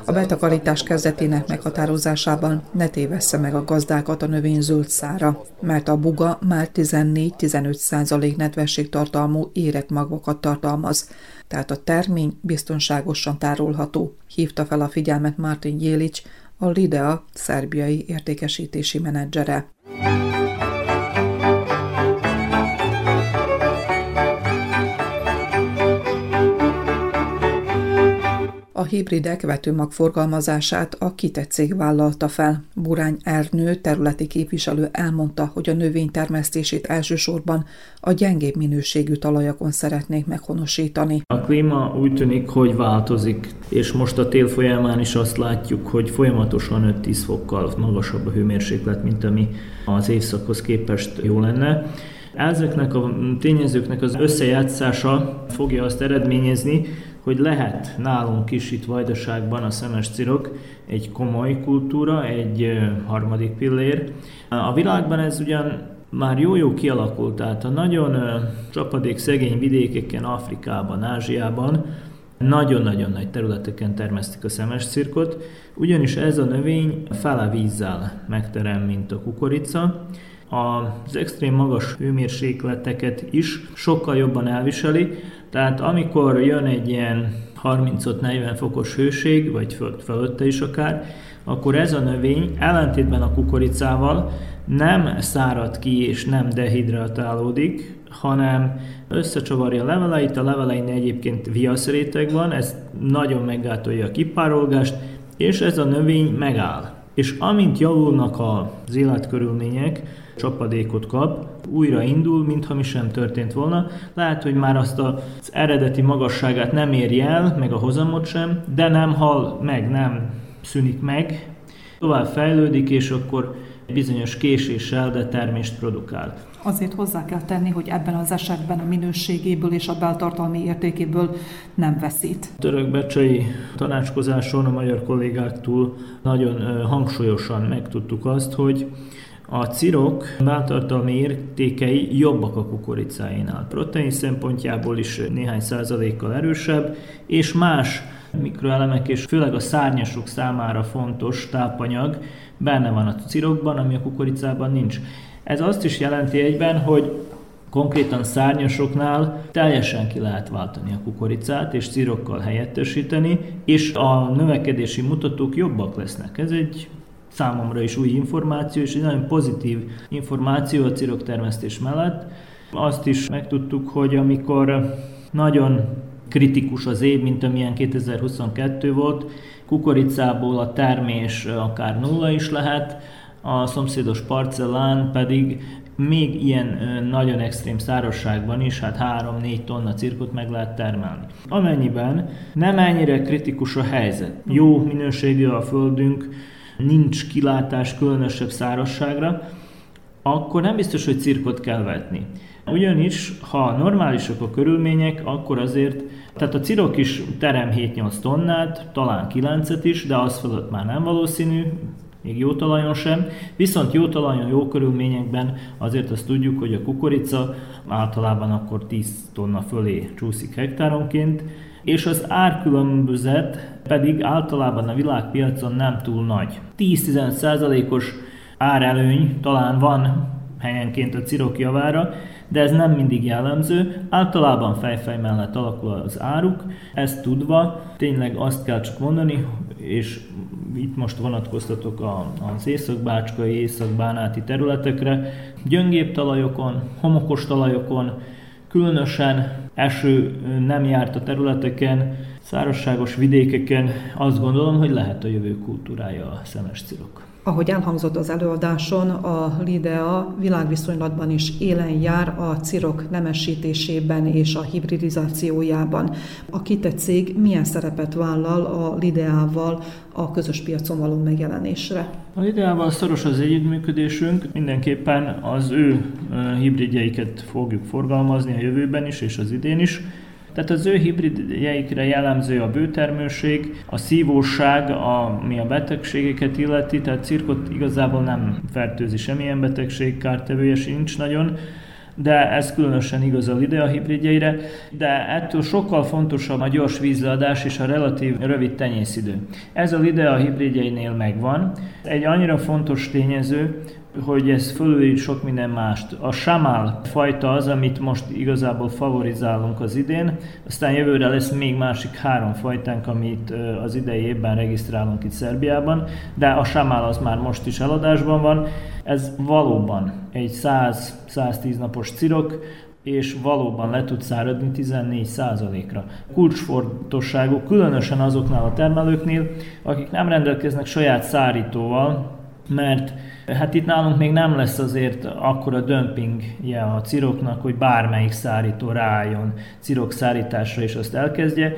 A betakarítás kezdetének meghatározásában ne tévessze meg a gazdákat a növény zöld szára, mert a buga már 14-15% nedvességtartalmú éregmagvakat tartalmaz, tehát a termény biztonságosan tárolható, hívta fel a figyelmet Martin Jelic, a Lidea szerbiai értékesítési menedzsere. A hibridek vetőmag forgalmazását a Kitett cég vállalta fel. Burány Ernő területi képviselő elmondta, hogy a növénytermesztését elsősorban a gyengébb minőségű talajakon szeretnék meghonosítani. A klíma úgy tűnik, hogy változik, és most a tél folyamán is azt látjuk, hogy folyamatosan 5-10 fokkal magasabb a hőmérséklet, mint ami az évszakhoz képest jó lenne. Ezeknek a tényezőknek az összejátszása fogja azt eredményezni, hogy lehet nálunk is itt Vajdaságban a szemes cirok egy komoly kultúra, egy harmadik pillér. A világban ez ugyan már jó kialakult, tehát a nagyon csapadék szegény vidékeken, Afrikában, Ázsiában nagyon-nagyon nagy területeken termesztik a szemes cirkot, ugyanis ez a növény fele vízzel megterem, mint a kukorica. Az extrém magas hőmérsékleteket is sokkal jobban elviseli, tehát amikor jön egy ilyen 35-40 fokos hőség, vagy fölötte is akár, akkor ez a növény ellentétben a kukoricával nem szárad ki és nem dehidratálódik, hanem összecsavarja a leveleit, a levelein egyébként viaszréteg van, ez nagyon meggátolja a kipárolgást, és ez a növény megáll. És amint javulnak az életkörülmények, csapadékot kap, újra indul, mintha mi sem történt volna. Lehet, hogy már azt az eredeti magasságát nem éri el, meg a hozamot sem, de nem hal meg, nem szűnik meg. Tovább fejlődik, és akkor bizonyos késéssel, de termést produkál. Azért hozzá kell tenni, hogy ebben az esetben a minőségéből és a beltartalmi értékéből nem veszít. Törökbecsei tanácskozáson a magyar kollégáktól nagyon hangsúlyosan megtudtuk azt, hogy a cirok beltartalmi értékei jobbak a kukoricáinál. Protein szempontjából is néhány százalékkal erősebb, és más mikroelemek, és főleg a szárnyasok számára fontos tápanyag benne van a cirokban, ami a kukoricában nincs. Ez azt is jelenti egyben, hogy konkrétan szárnyasoknál teljesen ki lehet váltani a kukoricát, és cirokkal helyettesíteni, és a növekedési mutatók jobbak lesznek. Ez egy számomra is új információ, és egy nagyon pozitív információ a ciroktermesztés mellett. Azt is megtudtuk, hogy amikor nagyon kritikus az év, mint amilyen 2022 volt, kukoricából a termés akár nulla is lehet, a szomszédos parcellán pedig még ilyen nagyon extrém szárazságban is, 3-4 tonna cirkot meg lehet termelni. Amennyiben nem ennyire kritikus a helyzet, jó minőségű a földünk, nincs kilátás különösebb szárazságra, akkor nem biztos, hogy cirkot kell vetni. Ugyanis, ha normálisak a körülmények, akkor azért, tehát a cirok is terem 7-8 tonnát, talán 9-et is, de az fölött már nem valószínű, még jó talajon sem, viszont jó talajon, jó körülményekben azért azt tudjuk, hogy a kukorica általában akkor 10 tonna fölé csúszik hektáronként, és az árkülönbözet pedig általában a világpiacon nem túl nagy. 10-15%-os árelőny talán van helyenként a cirok javára, de ez nem mindig jellemző. Általában fejfej mellett alakul az áruk, ezt tudva tényleg azt kell csak mondani, és itt most vonatkoztatok az északbácskai, északbánáti területekre, gyöngébb talajokon, homokos talajokon, különösen eső nem járt a területeken, szárazságos vidékeken azt gondolom, hogy lehet a jövő kultúrája a szemes cirok. Ahogy elhangzott az előadáson, a Lidea világviszonylatban is élen jár a cirok nemesítésében és a hibridizációjában. A Kitett cég milyen szerepet vállal a Lideával a közös piacon való megjelenésre? A Lideával szoros az együttműködésünk, mindenképpen az ő hibridjeiket fogjuk forgalmazni a jövőben is és az idén is. Tehát az ő hibridjeikre jellemző a bőtermőség, a szívóság, ami a betegségeket illeti, tehát cirkot igazából nem fertőzi semmilyen betegség, kártevője sincs nagyon. de ez különösen igaz a Lidea hibridjeire, de ettől sokkal fontosabb a gyors vízleadás és a relatív rövid tenyészidő. Ez a Lidea hibridjeinél megvan. Egy annyira fontos tényező, hogy ez fölülír sok minden mást. A Shamal fajta az, amit most igazából favorizálunk az idén, aztán jövőre lesz még másik 3 fajtánk, amit az idei évben regisztrálunk itt Szerbiában, de a Shamal az már most is eladásban van. Ez valóban egy 100-110 napos cirok, és valóban le tud száradni 14%-ra. Kulcsfontosságú, különösen azoknál a termelőknél, akik nem rendelkeznek saját szárítóval, mert hát itt nálunk még nem lesz azért akkora dömpingje a ciroknak, hogy bármelyik szárító ráálljon cirok szárításra és azt elkezdje.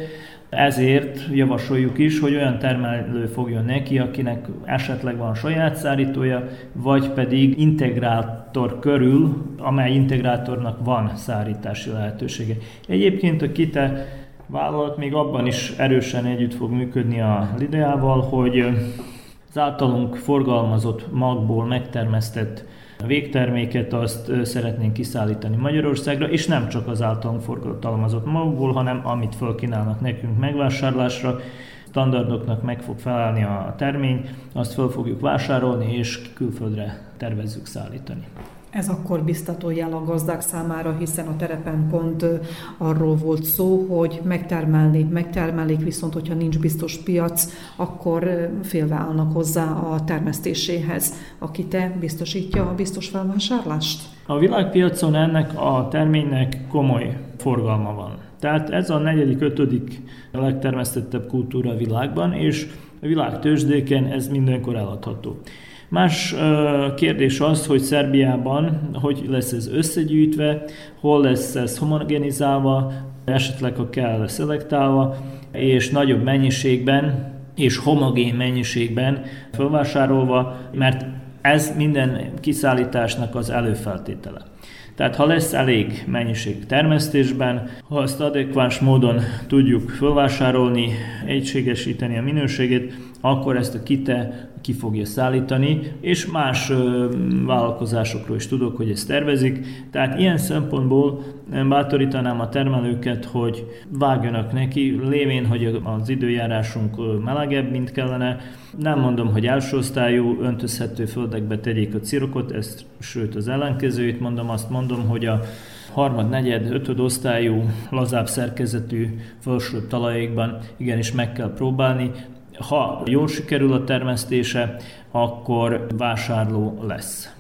Ezért javasoljuk is, hogy olyan termelő fogjon neki, akinek esetleg van saját szárítója, vagy pedig integrátor körül, amely integrátornak van szárítási lehetősége. Egyébként a KITE vállalat még abban is erősen együtt fog működni a Lideával, hogy az általunk forgalmazott magból megtermesztett végterméket azt szeretnénk kiszállítani Magyarországra, és nem csak az általunk forgalmazott magból, hanem amit felkínálnak nekünk megvásárlásra, standardoknak meg fog felelni a termény, azt fel fogjuk vásárolni, és külföldre tervezzük szállítani. Ez akkor biztató jel a gazdák számára, hiszen a terepen pont arról volt szó, hogy megtermelik, viszont hogyha nincs biztos piac, akkor félve állnak hozzá a termesztéséhez. A KITE biztosítja a biztos felvásárlást? A világpiacon ennek a terménynek komoly forgalma van. Tehát ez a 4.-5. legtermesztettebb kultúra a világban, és a világtőzsdéken ez mindenkor eladható. Más kérdés az, hogy Szerbiában hogy lesz ez összegyűjtve, hol lesz ez homogenizálva, esetleg ha kell szelektálva, és nagyobb mennyiségben és homogén mennyiségben felvásárolva, mert ez minden kiszállításnak az előfeltétele. Tehát ha lesz elég mennyiség termesztésben, ha azt adekváns módon tudjuk felvásárolni, egységesíteni a minőségét, akkor ezt a KITE ki fogja szállítani, és más vállalkozásokról is tudok, hogy ezt tervezik. Tehát ilyen szempontból bátorítanám a termelőket, hogy vágjanak neki, lévén, hogy az időjárásunk melegebb, mint kellene. Nem mondom, hogy első osztályú öntözhető földekbe tegyék a cirokot, ezt sőt az ellenkezőjét mondom, azt mondom, hogy a 3., 4., 5. osztályú, lazább szerkezetű felsőbb talajokban igenis meg kell próbálni. Ha jól sikerül a termesztése, akkor vásárló lesz.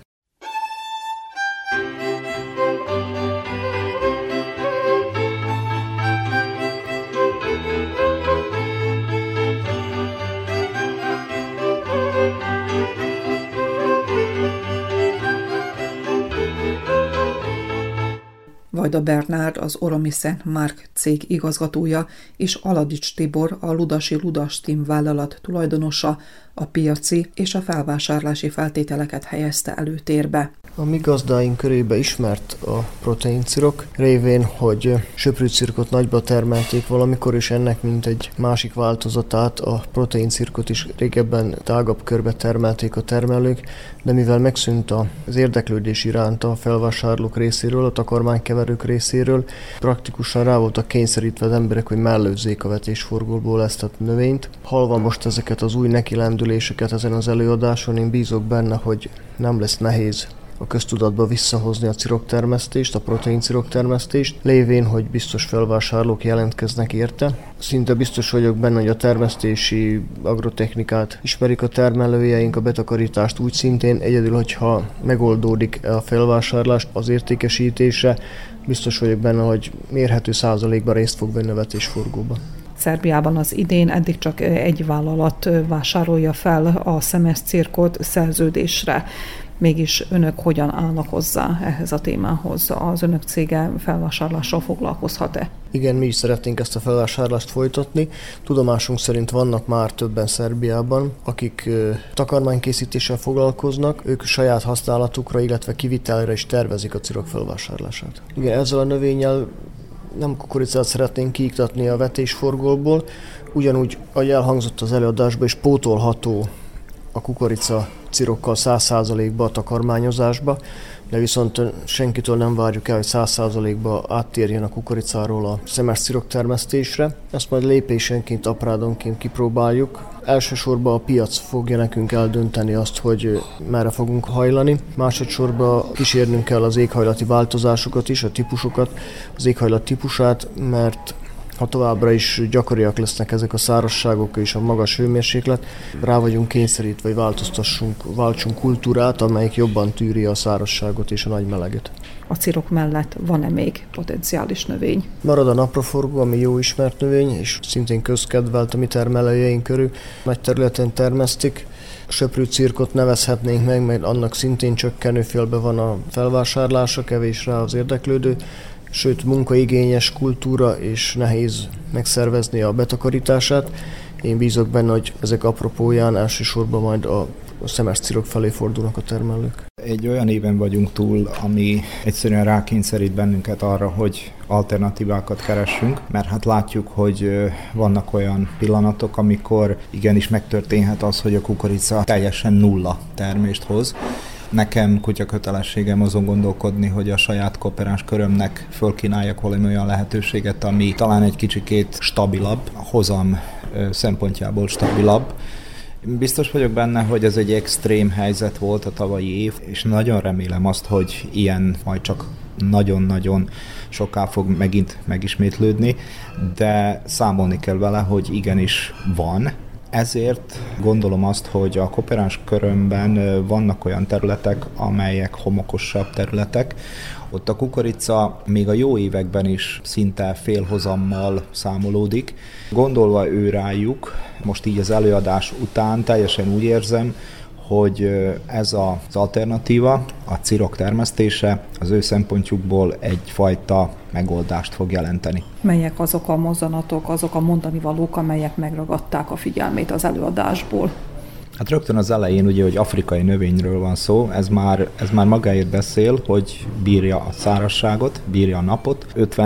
Vajda Bernárd, az Oromi Szent Márk cég igazgatója, és Aladics Tibor, a Ludasi Ludas Team vállalat tulajdonosa a piaci és a felvásárlási feltételeket helyezte előtérbe. A mi gazdáink körébe ismert a proteincirok, révén, hogy söprűcirkot nagyba termelték valamikor, és ennek mint egy másik változatát, a proteincirkot is régebben tágabb körbe termelték a termelők, de mivel megszűnt az érdeklődés iránt a felvásárlók részéről, a takarmánykeverők részéről, praktikusan rá voltak kényszerítve az emberek, hogy mellőzzék a vetésforgóból ezt a növényt. Halva most ezeket az új nekilendüléseket ezen az előadáson, én bízok benne, hogy nem lesz nehéz a köztudatba visszahozni a ciroktermesztést, a proteinciroktermesztést, lévén, hogy biztos felvásárlók jelentkeznek érte. Szinte biztos vagyok benne, hogy a termesztési agrotechnikát ismerik a termelőjeink, a betakarítást úgy szintén, egyedül, hogyha megoldódik a felvásárlás, az értékesítése, biztos vagyok benne, hogy mérhető százalékban részt fog venni a vetésforgóba. Szerbiában az idén eddig csak egy vállalat vásárolja fel a szemeszcirkot szerződésre. Mégis önök hogyan állnak hozzá ehhez a témához? Az önök cége felvásárlással foglalkozhat-e? Igen, mi is szeretnénk ezt a felvásárlást folytatni. Tudomásunk szerint vannak már többen Szerbiában, akik takarmánykészítéssel foglalkoznak, ők saját használatukra, illetve kivitelre is tervezik a cirok felvásárlását. Igen, ezzel a növényel nem kukoricát szeretnénk kiiktatni a vetésforgóból, ugyanúgy, ahogy elhangzott az előadásban, is pótolható a kukorica cirokkal 100%-ba a takarmányozásba, de viszont senkitől nem várjuk el, hogy 100%-ba áttérjen a kukoricáról a szemeszcirok termesztésre. Ezt majd lépésenként, aprádonként kipróbáljuk. Elsősorban a piac fogja nekünk eldönteni azt, hogy merre fogunk hajlani. Másodszorban kísérnünk kell az éghajlati változásokat is, a típusokat, az éghajlat típusát, mert ha továbbra is gyakoriak lesznek ezek a szárazságok és a magas hőmérséklet, rá vagyunk kényszerítve, hogy váltsunk kultúrát, amelyik jobban tűri a szárazságot és a nagy meleget. A cirok mellett van-e még potenciális növény? Marad a napraforgó, ami jó ismert növény, és szintén közkedvelt a mi termelőjeink körül. Nagy területen termesztik. Söprűcirkot nevezhetnénk meg, mert annak szintén csökkenő félben van a felvásárlása, kevés rá az érdeklődő. Sőt, munkaigényes kultúra, és nehéz megszervezni a betakarítását. Én bízok benne, hogy ezek apropóján elsősorban majd a szemeszcirok felé fordulnak a termelők. Egy olyan éven vagyunk túl, ami egyszerűen rákényszerít bennünket arra, hogy alternatívákat keressünk, mert hát látjuk, hogy vannak olyan pillanatok, amikor igenis megtörténhet az, hogy a kukorica teljesen nulla termést hoz. Nekem kutyakötelességem azon gondolkodni, hogy a saját kooperáns körömnek fölkínáljak valami olyan lehetőséget, ami talán egy kicsikét stabilabb, hozam szempontjából stabilabb. Biztos vagyok benne, hogy ez egy extrém helyzet volt a tavalyi év, és nagyon remélem azt, hogy ilyen majd csak nagyon-nagyon soká fog megint megismétlődni, de számolni kell vele, hogy igenis van. Ezért gondolom azt, hogy a kooperáns körömben vannak olyan területek, amelyek homokosabb területek. Ott a kukorica még a jó években is szinte félhozammal számolódik. Gondolva ő rájuk, most így az előadás után teljesen úgy érzem, hogy ez az alternatíva, a cirok termesztése az ő szempontjukból egyfajta megoldást fog jelenteni. Melyek azok a mozzanatok, azok a mondani valók, amelyek megragadták a figyelmét az előadásból? Hát rögtön az elején ugye, hogy afrikai növényről van szó, ez már magáért beszél, hogy bírja a szárazságot, bírja a napot.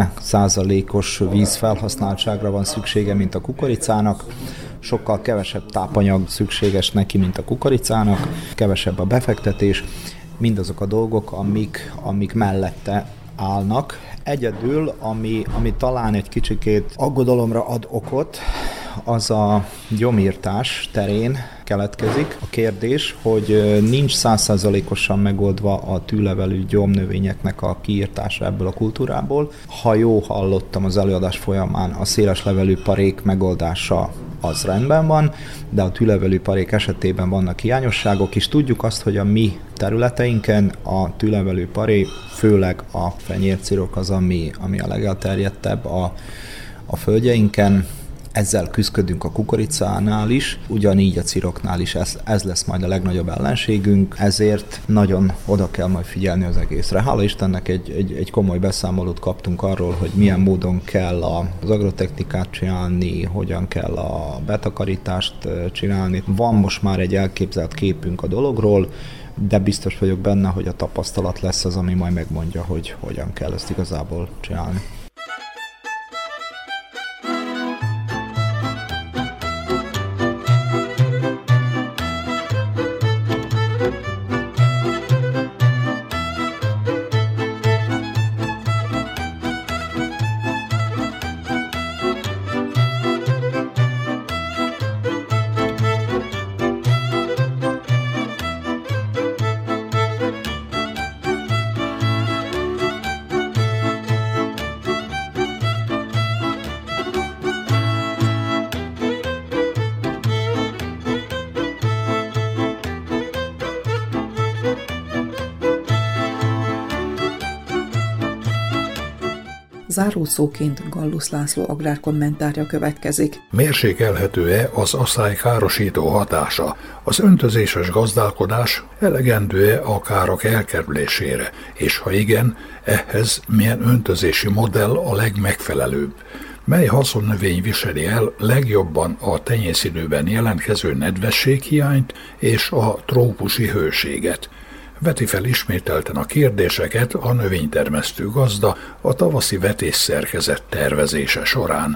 50%-os vízfelhasználtságra van szüksége, mint a kukoricának. Sokkal kevesebb tápanyag szükséges neki, mint a kukoricának, kevesebb a befektetés, mindazok a dolgok, amik mellette állnak. Egyedül, ami talán egy kicsikét aggodalomra ad okot, az a gyomírtás terén keletkezik. A kérdés, hogy nincs 100%-osan megoldva a tűlevelű gyomnövényeknek a kiírtása ebből a kultúrából. Ha jól hallottam az előadás folyamán, a széleslevelű parék megoldása az rendben van, de a tűlevelű parék esetében vannak hiányosságok, és tudjuk azt, hogy a mi területeinken a tűlevelű paré, főleg a fenyércirok az, ami a legelterjedtebb a földjeinken. Ezzel küzdködünk a kukoricánál is, ugyanígy a ciroknál is ez lesz majd a legnagyobb ellenségünk, ezért nagyon oda kell majd figyelni az egészre. Hála Istennek egy komoly beszámolót kaptunk arról, hogy milyen módon kell az agrotechnikát csinálni, hogyan kell a betakarítást csinálni. Van most már egy elképzelt képünk a dologról, de biztos vagyok benne, hogy a tapasztalat lesz az, ami majd megmondja, hogy hogyan kell ezt igazából csinálni. Zárószóként Gallus László agrárkommentárja következik. Mérsékelhető-e az asszály károsító hatása? Az öntözéses gazdálkodás elegendő-e a károk elkerülésére? És ha igen, ehhez milyen öntözési modell a legmegfelelőbb? Mely haszonnövény viseli el legjobban a tenyészidőben jelentkező nedvességhiányt és a trópusi hőséget? Veti fel ismételten a kérdéseket a növénytermesztő gazda a tavaszi vetésszerkezet tervezése során.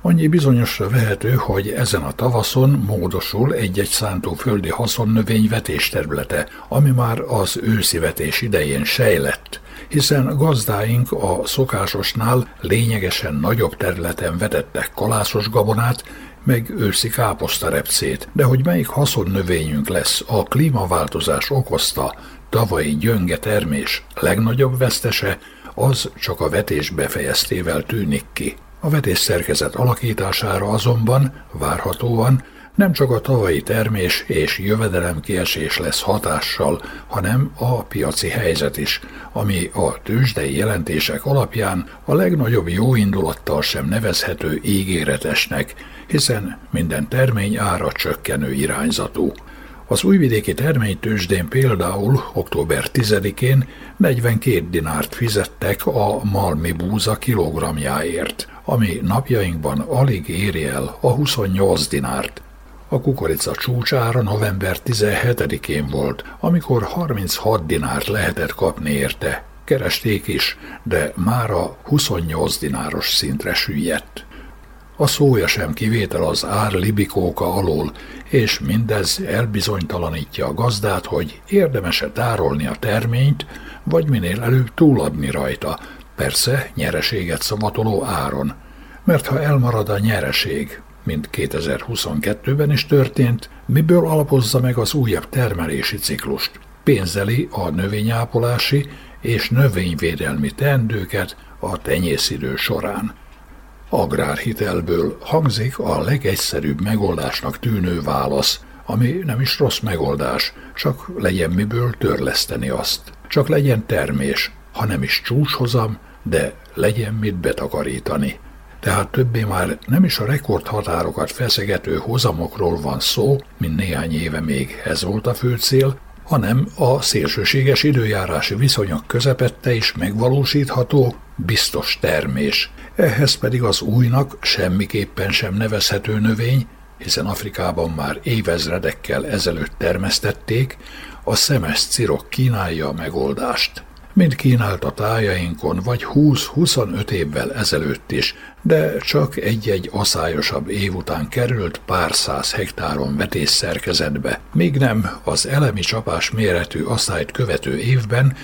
Annyi bizonyosra vehető, hogy ezen a tavaszon módosul egy-egy szántóföldi haszonnövény vetésterülete, ami már az őszi vetés idején sejlett, hiszen gazdáink a szokásosnál lényegesen nagyobb területen vetettek kalászos gabonát, meg őszi káposztarepcét, de hogy melyik haszonnövényünk lesz a klímaváltozás okozta tavalyi gyönge termés legnagyobb vesztese, az csak a vetés befejeztével tűnik ki. A vetésszerkezet alakítására azonban várhatóan nem csak a tavalyi termés és jövedelemkiesés lesz hatással, hanem a piaci helyzet is, ami a tőzsdei jelentések alapján a legnagyobb jóindulattal sem nevezhető ígéretesnek, hiszen minden termény ára csökkenő irányzatú. Az újvidéki terménytőzsdén például október 10-én 42 dinárt fizettek a malmi búza kilogramjáért, ami napjainkban alig éri el a 28 dinárt. A kukorica csúcsára november 17-én volt, amikor 36 dinárt lehetett kapni érte. Keresték is, de mára 28 dináros szintre süllyedt. A szója sem kivétel az ár libikóka alól, és mindez elbizonytalanítja a gazdát, hogy érdemes-e tárolni a terményt, vagy minél előbb túladni rajta, persze nyereséget szavatoló áron. Mert ha elmarad a nyereség, mint 2022-ben is történt, miből alapozza meg az újabb termelési ciklust? Pénzeli a növényápolási és növényvédelmi teendőket a tenyészidő során. Agrárhitelből hangzik a legegyszerűbb megoldásnak tűnő válasz, ami nem is rossz megoldás, csak legyen miből törleszteni azt. Csak legyen termés, ha nem is csúcshozam, de legyen mit betakarítani. Tehát többé már nem is a rekordhatárokat feszegető hozamokról van szó, mint néhány éve még ez volt a fő cél, hanem a szélsőséges időjárási viszonyok közepette is megvalósítható, biztos termés. Ehhez pedig az újnak semmiképpen sem nevezhető növény, hiszen Afrikában már évezredekkel ezelőtt termesztették, a szemes cirok kínálja a megoldást. Mint kínálta tájainkon, vagy 20-25 évvel ezelőtt is, de csak egy-egy aszályosabb év után került pár száz hektáron vetésszerkezetbe, míg nem az elemi csapás méretű aszályt követő évben,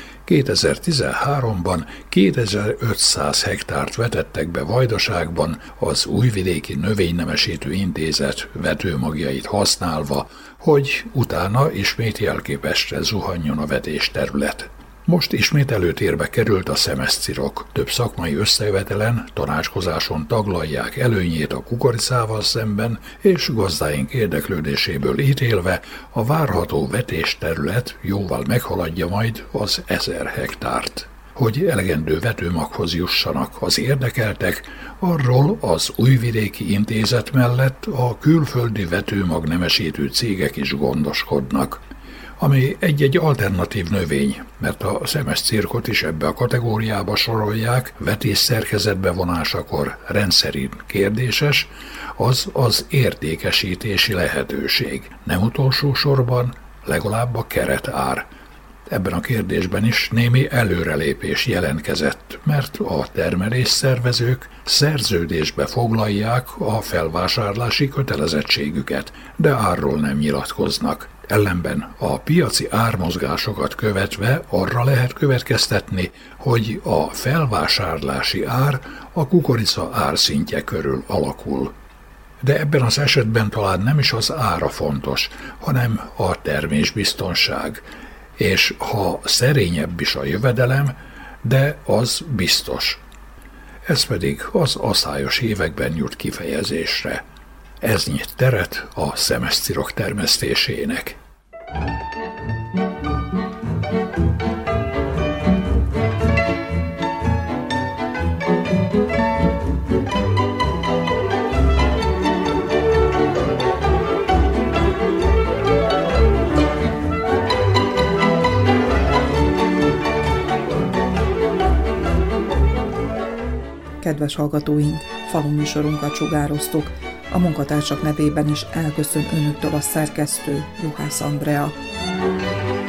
2013-ban 2500 hektárt vetettek be Vajdaságban az Újvidéki Növénynemesítő Intézet vetőmagjait használva, hogy utána ismét jelképesre zuhanjon a vetésterület. Most ismét előtérbe került a szemeszcirok. Több szakmai összejövetelen, tanácskozáson taglalják előnyét a kukoricával szemben, és gazdáink érdeklődéséből ítélve a várható vetésterület jóval meghaladja majd az 1000 hektárt. Hogy elegendő vetőmaghoz jussanak az érdekeltek, arról az Újvidéki Intézet mellett a külföldi vetőmag nemesítő cégek is gondoskodnak, ami egy-egy alternatív növény, mert a szemes cirkot is ebbe a kategóriába sorolják, vetésszerkezetbe vonásakor rendszerint kérdéses, az értékesítési lehetőség. Nem utolsó sorban legalább a keretár. Ebben a kérdésben is némi előrelépés jelentkezett, mert a termelésszervezők szerződésbe foglalják a felvásárlási kötelezettségüket, de árról nem nyilatkoznak. Ellenben a piaci ármozgásokat követve arra lehet következtetni, hogy a felvásárlási ár a kukorica árszintje körül alakul. De ebben az esetben talán nem is az ára fontos, hanem a termésbiztonság, és ha szerényebb is a jövedelem, de az biztos. Ez pedig az aszályos években jut kifejezésre. Ez nyit teret a szemeszcirok termesztésének. Kedves hallgatóink, faluműsorunkat sugároztuk. A munkatársak nevében is elköszön önöktől a szerkesztő, Juhász Andrea.